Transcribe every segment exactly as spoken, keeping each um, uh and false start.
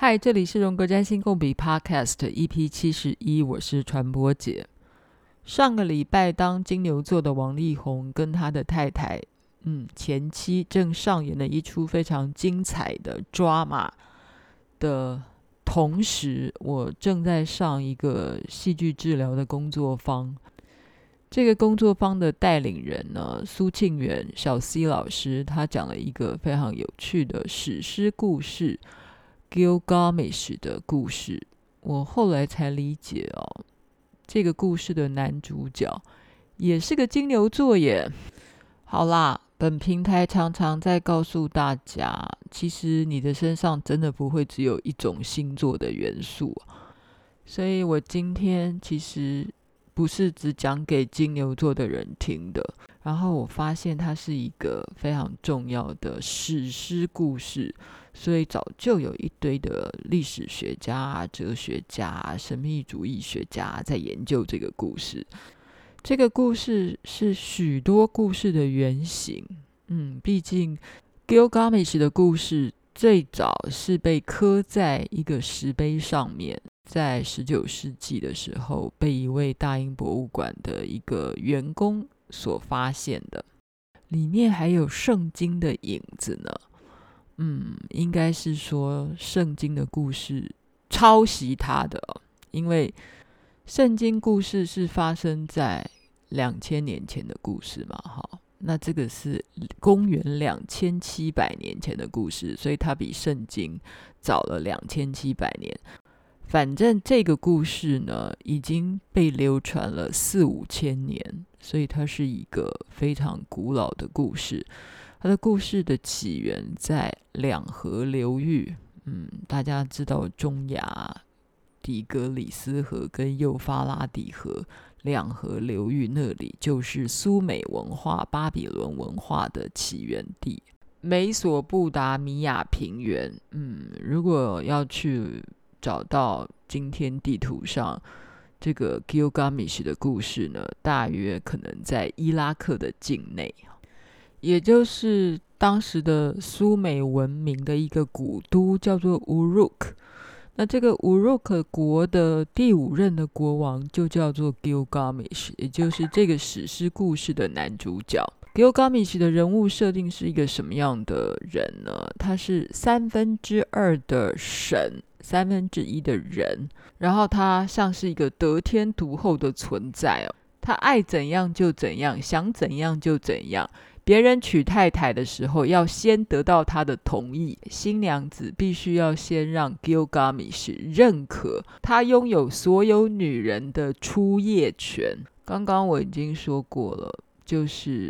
嗨，这里是荣格占星共笔 Podcast E P 七十一，我是传播姐。上个礼拜，当金牛座的王力宏跟他的太太，嗯，前妻正上演了一出非常精彩的 drama 的同时，我正在上一个戏剧治疗的工作坊。这个工作坊的带领人呢，苏庆元小 C 老师，他讲了一个非常有趣的史诗故事 Gilgamesh 的故事。我后来才理解哦，这个故事的男主角也是个金牛座耶。好啦，本平台常常在告诉大家，其实你的身上真的不会只有一种星座的元素，所以我今天其实不是只讲给金牛座的人听的，然后我发现它是一个非常重要的史诗故事，所以早就有一堆的历史学家、哲学家、神秘主义学家在研究这个故事。这个故事是许多故事的原型，嗯，毕竟 Gilgamesh 的故事最早是被刻在一个石碑上面，在十九世纪的时候被一位大英博物馆的一个员工所发现的，里面还有圣经的影子呢。嗯，应该是说圣经的故事抄袭它的，因为圣经故事是发生在两千年前的故事嘛，好，那这个是公元两千七百年前的故事，所以它比圣经早了两千七百年。反正这个故事呢，已经被流传了四五千年，所以它是一个非常古老的故事。它的故事的起源在两河流域，嗯，大家知道中亚底格里斯河跟幼发拉底河两河流域，那里就是苏美文化、巴比伦文化的起源地。美索不达米亚平原，嗯，如果要去找到今天地图上这个 Gilgamesh 的故事呢，大约可能在伊拉克的境内，也就是当时的苏美文明的一个古都，叫做 Uruk。 那这个 Uruk 国的第五任的国王就叫做 Gilgamesh， 也就是这个史诗故事的男主角。 Gilgamesh 的人物设定是一个什么样的人呢？他是三分之二的神，三分之一的人，然后他像是一个得天独厚的存在哦，他爱怎样就怎样，想怎样就怎样。别人娶太太的时候要先得到他的同意，新娘子必须要先让 Gilgamesh 认可他拥有所有女人的出夜权。刚刚我已经说过了，就是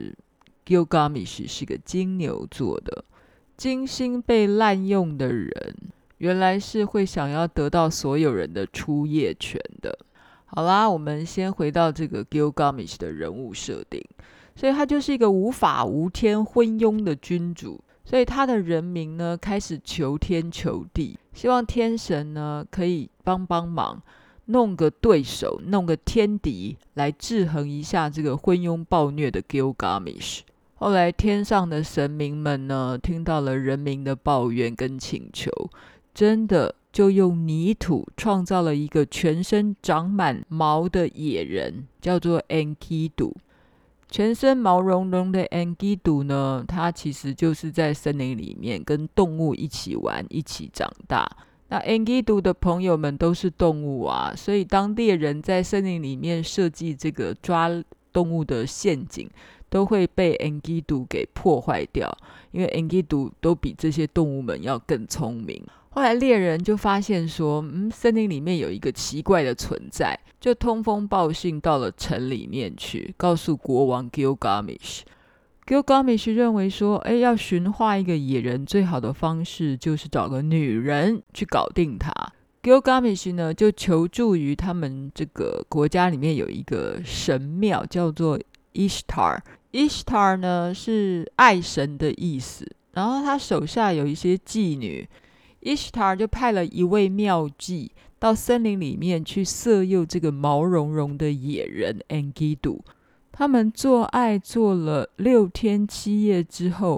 Gilgamesh 是个金牛座的，金星被滥用的人原来是会想要得到所有人的出夜权的。好啦，我们先回到这个 Gilgamesh 的人物设定。所以他就是一个无法无天昏庸的君主，所以他的人民呢开始求天求地，希望天神呢可以帮帮忙，弄个对手，弄个天敌来制衡一下这个昏庸暴虐的 Gilgamesh。 后来天上的神明们呢听到了人民的抱怨跟请求，真的就用泥土创造了一个全身长满毛的野人，叫做 Enkidu。全身毛茸茸的 Enkidu 呢，它其实就是在森林里面跟动物一起玩，一起长大。那 Enkidu 的朋友们都是动物啊，所以当猎人在森林里面设计这个抓动物的陷阱，都会被 Enkidu 给破坏掉，因为 Enkidu 都比这些动物们要更聪明。后来猎人就发现说，嗯，森林里面有一个奇怪的存在，就通风报信到了城里面去，告诉国王 Gilgamesh。 Gilgamesh 认为说，哎，要驯化一个野人最好的方式就是找个女人去搞定他。 Gilgamesh 呢就求助于他们这个国家里面有一个神庙，叫做 Ishtar。 Ishtar 呢是爱神的意思，然后他手下有一些妓女，Ishtar 就派了一位妙妓到森林里面去色诱这个毛茸茸的野人 Enkidu。 他们做爱做了六天七夜之后，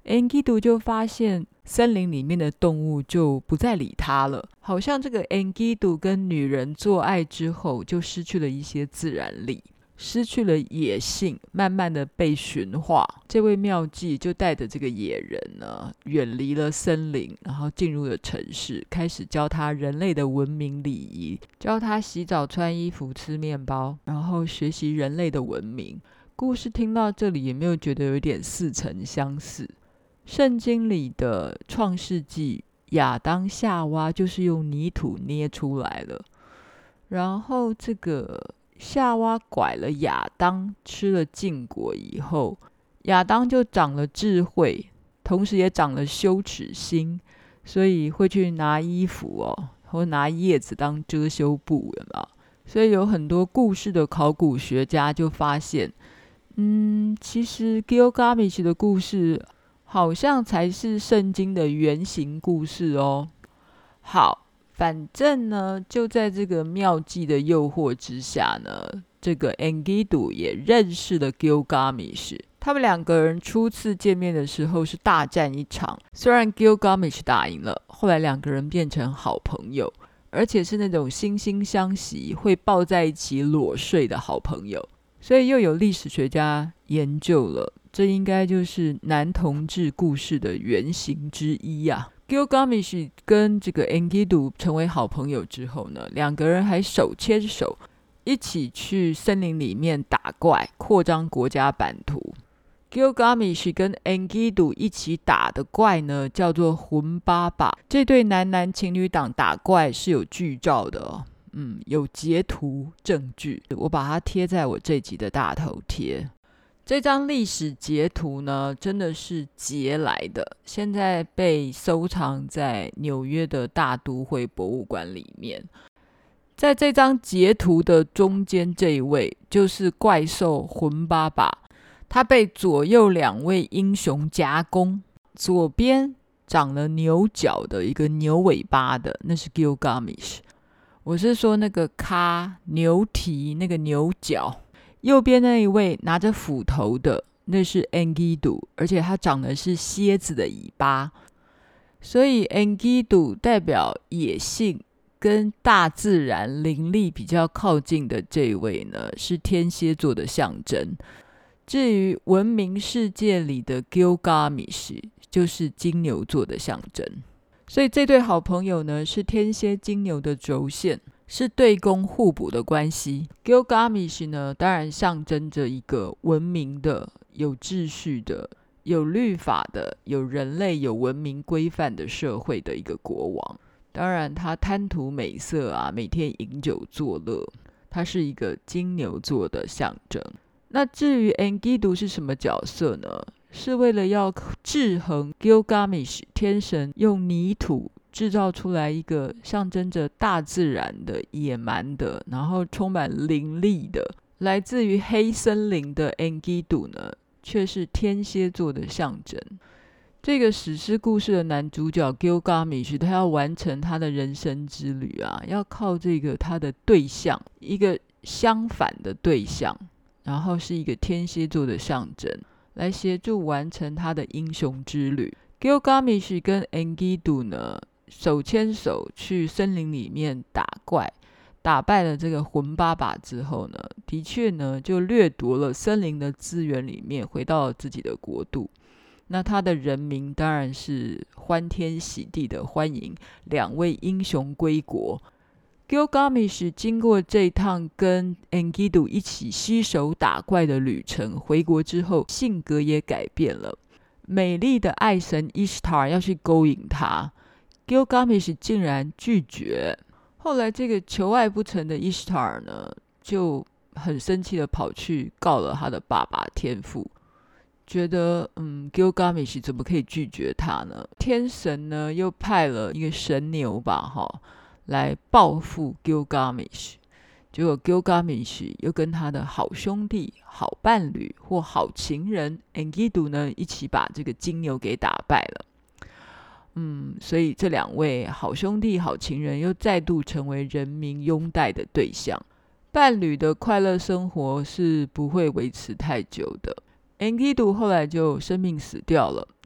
Enkidu 就发现森林里面的动物就不再理他了，好像这个 Enkidu 跟女人做爱之后就失去了一些自然力，失去了野性，慢慢的被驯化。这位妙计就带着这个野人呢，远离了森林，然后进入了城市，开始教他人类的文明礼仪，教他洗澡、穿衣服、吃面包，然后学习人类的文明。故事听到这里，有没有觉得有点似曾相识？圣经里的创世纪，亚当夏娃就是用泥土捏出来了，然后这个夏娃拐了亚当，吃了禁果以后，亚当就长了智慧，同时也长了羞耻心，所以会去拿衣服哦，或拿叶子当遮羞布，有没有？所以有很多故事的考古学家就发现，嗯，其实 Gilgamesh 的故事好像才是圣经的原型故事哦。好，反正呢，就在这个妙计的诱惑之下呢，这个 Enkidu 也认识了 Gilgamesh。他们两个人初次见面的时候是大战一场，虽然 Gilgamesh 打赢了，后来两个人变成好朋友，而且是那种惺惺相惜，会抱在一起裸睡的好朋友。所以又有历史学家研究了，这应该就是男同志故事的原型之一啊。Gilgamesh 跟这个 Enkidu 成为好朋友之后呢，两个人还手牵手一起去森林里面打怪，扩张国家版图。Gilgamesh 跟 Enkidu 一起打的怪呢，叫做魂巴巴。这对男男情侣档打怪是有剧照的哦。嗯，有截图证据，我把它贴在我这集的大头贴。这张历史截图呢，真的是截来的，现在被收藏在纽约的大都会博物馆里面。在这张截图的中间这一位，就是怪兽魂巴巴，他被左右两位英雄夹攻，左边长了牛角的一个牛尾巴的，那是 Gilgamesh。我是说那个咖牛蹄那个牛角，右边那一位拿着斧头的，那是 Enkidu， 而且他长的是蝎子的尾巴，所以 Enkidu 代表野性跟大自然灵力比较靠近的这一位呢，是天蝎座的象征。至于文明世界里的 Gilgamesh， 就是金牛座的象征。所以这对好朋友呢，是天蝎金牛的轴线，是对宫互补的关系。Gilgamesh 呢，当然象征着一个文明的、有秩序的、有律法的、有人类、有文明规范的社会的一个国王。当然他贪图美色啊，每天饮酒作乐，他是一个金牛座的象征。那至于 Enkidu 是什么角色呢？是为了要制衡 Gilgamesh 天神用泥土制造出来一个象征着大自然的、野蛮的，然后充满灵力的，来自于黑森林的 Enkidu 呢，却是天蝎座的象征。这个史诗故事的男主角 Gilgamesh， 他要完成他的人生之旅啊，要靠这个他的对象，一个相反的对象，然后是一个天蝎座的象征，来协助完成他的英雄之旅。 Gilgamesh 跟 Enkidu 呢，手牵手去森林里面打怪，打败了这个魂巴巴之后呢，的确呢就掠夺了森林的资源里面，回到了自己的国度。那他的人民当然是欢天喜地的欢迎两位英雄归国。Gilgamesh 经过这趟跟 Enkidu 一起携手打怪的旅程，回国之后性格也改变了。美丽的爱神 Ishtar 要去勾引他， Gilgamesh 竟然拒绝。后来这个求爱不成的 Ishtar 呢，就很生气的跑去告了他的爸爸天父，觉得嗯 Gilgamesh 怎么可以拒绝他呢？天神呢又派了一个神牛吧齁来报复 Gilgamesh， 结果 Gilgamesh 又跟他的好兄弟、好伴侣或好情人 Enkidu 呢一起把这个金牛给打败了。嗯，所以这两位好兄弟、好情人又再度成为人民拥戴的对象。伴侣的快乐生活是不会维持太久的。Enkidu 后来就生病死掉了，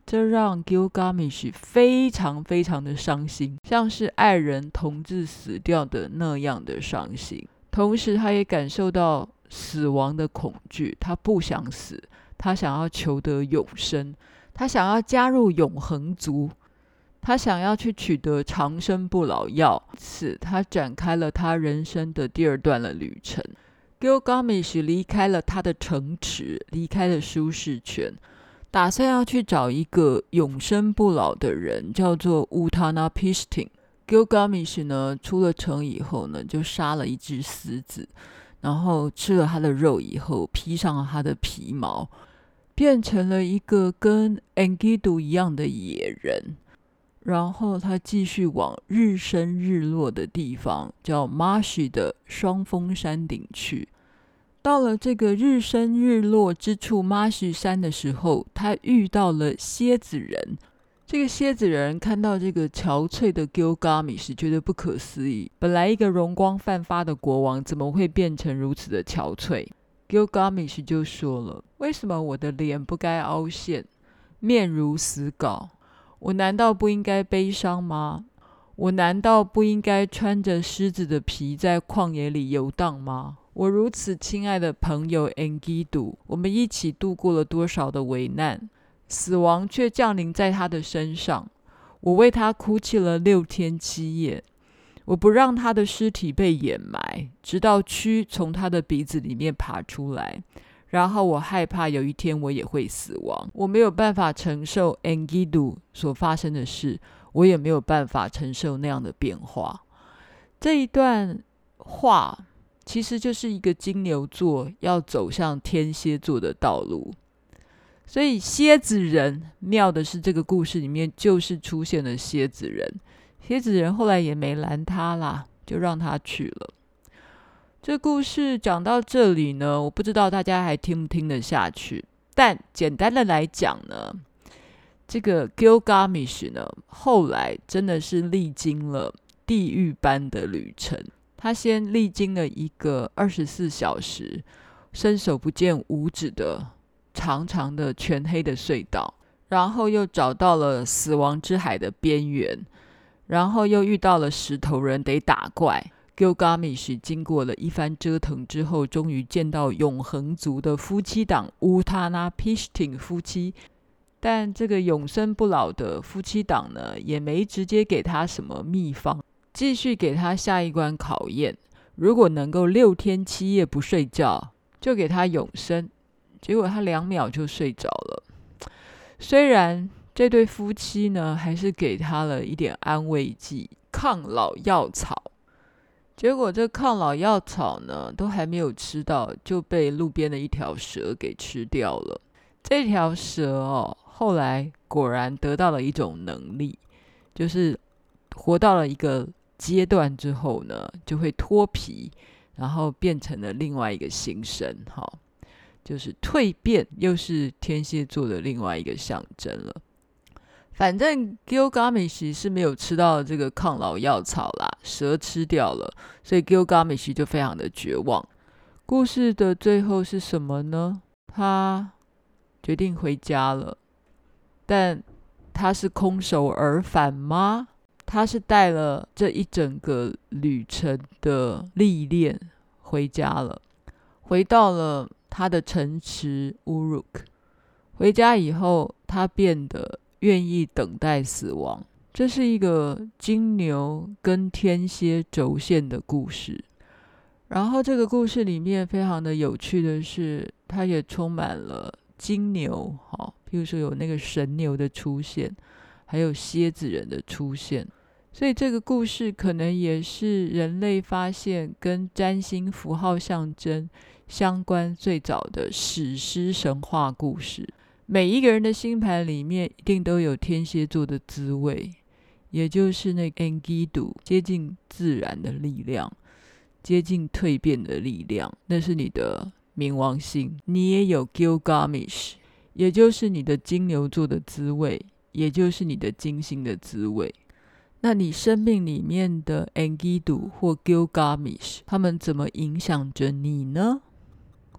这让 Gilgamesh 非常非常的伤心，像是爱人同志死掉的那样的伤心。同时他也感受到死亡的恐惧，他不想死，他想要求得永生，他想要加入永恒族，他想要去取得长生不老药。因此他展开了他人生的第二段的旅程。 Gilgamesh 离开了他的城池，离开了舒适圈，打算要去找一个永生不老的人，叫做 Utnapishtim。 Gilgamesh 呢出了城以后呢，就杀了一只狮子，然后吃了它的肉以后，披上了它的皮毛，变成了一个跟 Enkidu 一样的野人。然后他继续往日升日落的地方，叫 Mashi 的双峰山顶去。到了这个日升日落之处 Mashi 山的时候，他遇到了蝎子人。这个蝎子人看到这个憔悴的 Gilgamesh 觉得不可思议，本来一个容光焕发的国王怎么会变成如此的憔悴？ Gilgamesh 就说了，为什么我的脸不该凹陷，面如死槁？我难道不应该悲伤吗？我难道不应该穿着狮子的皮在旷野里游荡吗？我如此亲爱的朋友 Enkidu， 我们一起度过了多少的危难，死亡却降临在他的身上。我为他哭泣了六天七夜，我不让他的尸体被掩埋，直到蛆从他的鼻子里面爬出来。然后我害怕有一天我也会死亡，我没有办法承受 Enkidu 所发生的事，我也没有办法承受那样的变化。这一段话其实就是一个金牛座要走向天蝎座的道路。所以蝎子人妙的是，这个故事里面就是出现了蝎子人，蝎子人后来也没拦他啦，就让他去了。这故事讲到这里呢，我不知道大家还听不听得下去，但简单的来讲呢，这个 Gilgamesh 呢后来真的是历经了地狱般的旅程。他先历经了一个二十四小时伸手不见五指的长长的全黑的隧道，然后又找到了死亡之海的边缘，然后又遇到了石头人得打怪。Gilgamesh 经过了一番折腾之后，终于见到永恒族的夫妻档 Utnapishtim 夫妻，但这个永生不老的夫妻档呢，也没直接给他什么秘方，继续给他下一关考验，如果能够六天七夜不睡觉，就给他永生。结果他两秒就睡着了。虽然这对夫妻呢，还是给他了一点安慰剂，抗老药草。结果这抗老药草呢，都还没有吃到，就被路边的一条蛇给吃掉了。这条蛇哦，后来果然得到了一种能力，就是活到了一个阶段之后呢，就会脱皮，然后变成了另外一个新生，哈，就是蜕变，又是天蝎座的另外一个象征了。反正 Gilgamesh 是没有吃到这个抗老药草啦，蛇吃掉了，所以 Gilgamesh 就非常的绝望。故事的最后是什么呢？他决定回家了，但他是空手而返吗？他是带了这一整个旅程的历练回家了，回到了他的城池 Uruk。 回家以后，他变得愿意等待死亡。这是一个金牛跟天蝎轴线的故事。然后这个故事里面非常的有趣的是，它也充满了金牛，好，譬如说有那个神牛的出现，还有蝎子人的出现。所以这个故事可能也是人类发现跟占星符号象征相关最早的史诗神话故事。每一个人的星盘里面一定都有天蝎座的滋味，也就是那个 Enkidu 接近自然的力量，接近蜕变的力量，那是你的冥王星。你也有 Gilgamesh， 也就是你的金牛座的滋味，也就是你的金星的滋味。那你生命里面的 Enkidu 或 Gilgamesh， 他们怎么影响着你呢？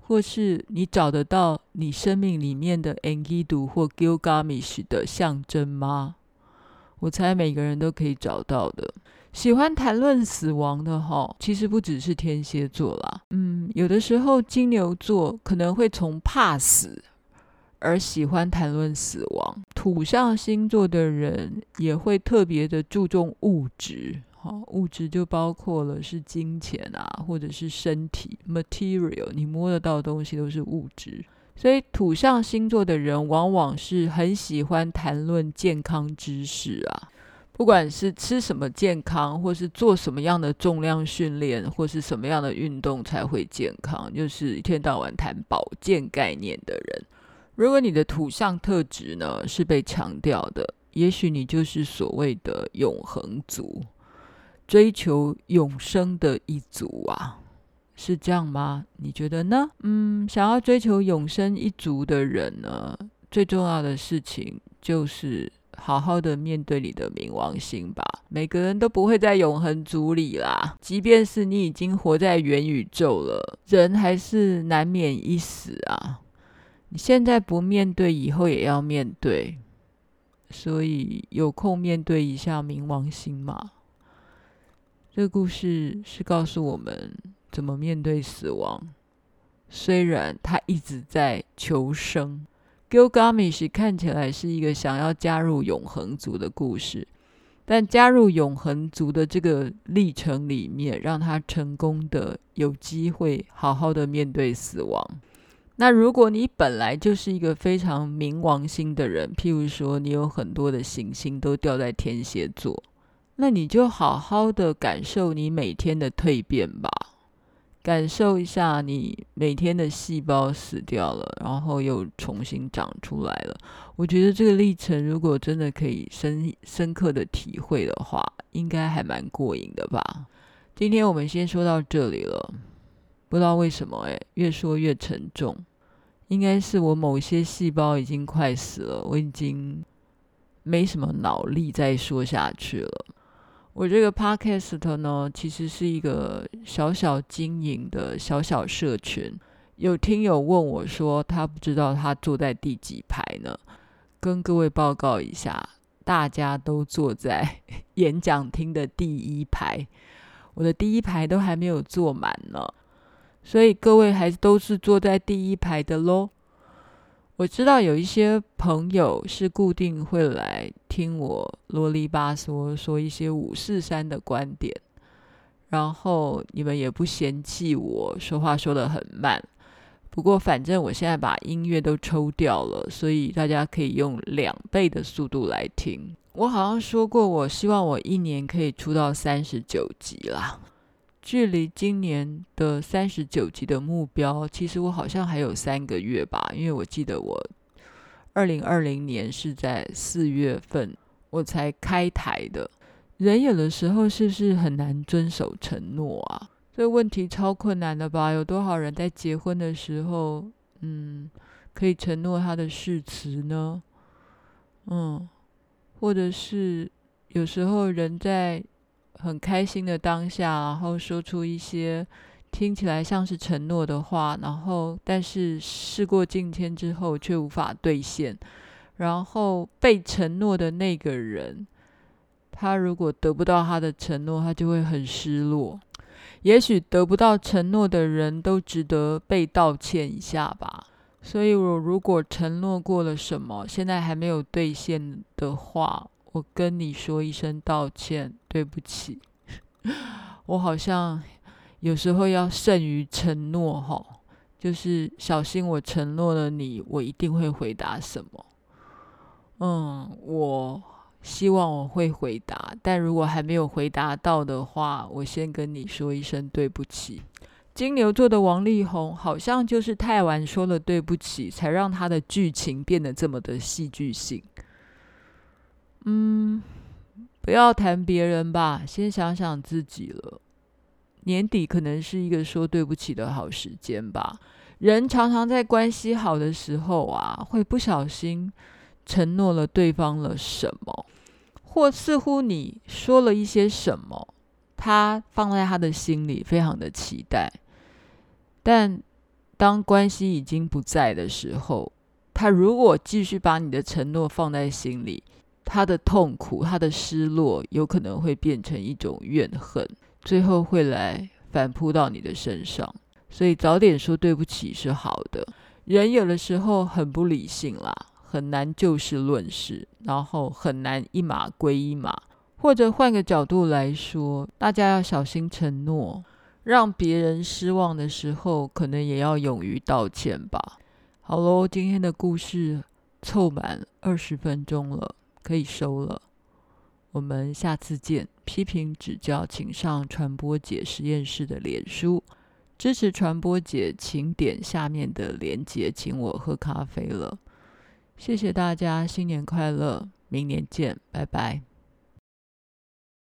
或是你找得到你生命里面的 Enkidu 或 Gilgamesh 的象征吗？我猜每个人都可以找到的。喜欢谈论死亡的齁，其实不只是天蝎座啦。嗯，有的时候金牛座可能会从怕死而喜欢谈论死亡。土象星座的人也会特别的注重物质，齁，物质就包括了是金钱啊，或者是身体 material， 你摸得到的东西都是物质。所以土象星座的人往往是很喜欢谈论健康知识啊，不管是吃什么健康，或是做什么样的重量训练，或是什么样的运动才会健康，就是一天到晚谈保健概念的人。如果你的土象特质呢是被强调的，也许你就是所谓的永恒族，追求永生的一族啊，是这样吗？你觉得呢？嗯，想要追求永生一族的人呢，最重要的事情就是好好的面对你的冥王星吧。每个人都不会在永恒族里啦，即便是你已经活在元宇宙了，人还是难免一死啊。你现在不面对，以后也要面对，所以有空面对一下冥王星嘛。这个故事是告诉我们怎么面对死亡，虽然他一直在求生。Gilgamesh 看起来是一个想要加入永恒族的故事，但加入永恒族的这个历程里面，让他成功的有机会好好的面对死亡。那如果你本来就是一个非常冥王星的人，譬如说你有很多的行星都掉在天蝎座，那你就好好的感受你每天的蜕变吧，感受一下你每天的细胞死掉了，然后又重新长出来了。我觉得这个历程如果真的可以 深, 深刻的体会的话，应该还蛮过瘾的吧。今天我们先说到这里了，不知道为什么诶，越说越沉重，应该是我某些细胞已经快死了，我已经没什么脑力再说下去了。我这个 podcast 呢，其实是一个小小经营的小小社群。有听友问我说，他不知道他坐在第几排呢？跟各位报告一下，大家都坐在演讲厅的第一排，我的第一排都还没有坐满呢，所以各位还都是坐在第一排的咯。我知道有一些朋友是固定会来听我啰里吧嗦说一些五四三的观点，然后你们也不嫌弃我说话说得很慢，不过反正我现在把音乐都抽掉了，所以大家可以用两倍的速度来听。我好像说过我希望我一年可以出到三十九集啦，距离今年的三十九集的目标，其实我好像还有三个月吧，因为我记得我二零二零年是在四月份我才开台的。人有的时候是不是很难遵守承诺啊？这个问题超困难的吧？有多少人在结婚的时候，嗯，可以承诺他的誓词呢？嗯，或者是有时候人在很开心的当下，然后说出一些听起来像是承诺的话，然后但是事过境迁之后却无法兑现，然后被承诺的那个人，他如果得不到他的承诺，他就会很失落。也许得不到承诺的人都值得被道歉一下吧。所以我如果承诺过了什么，现在还没有兑现的话，我跟你说一声道歉，对不起。我好像有时候要慎于承诺齁，就是小心我承诺了你，我一定会回答什么。嗯，我希望我会回答，但如果还没有回答到的话，我先跟你说一声对不起。金牛座的王力宏好像就是太晚说了对不起，才让他的剧情变得这么的戏剧性。嗯，不要谈别人吧，先想想自己了。年底可能是一个说对不起的好时间吧。人常常在关系好的时候啊，会不小心承诺了对方了什么，或似乎你说了一些什么，他放在他的心里非常的期待，但当关系已经不在的时候，他如果继续把你的承诺放在心里，他的痛苦，他的失落有可能会变成一种怨恨，最后会来反扑到你的身上。所以早点说对不起是好的。人有的时候很不理性啦，很难就事论事，然后很难一码归一码。或者换个角度来说，大家要小心承诺，让别人失望的时候，可能也要勇于道歉吧。好咯，今天的故事凑满二十分钟了，可以收了。我们下次见。批评指教请上传播姐实验室的脸书，支持传播姐请点下面的连结请我喝咖啡了。谢谢大家，新年快乐，明年见，拜拜。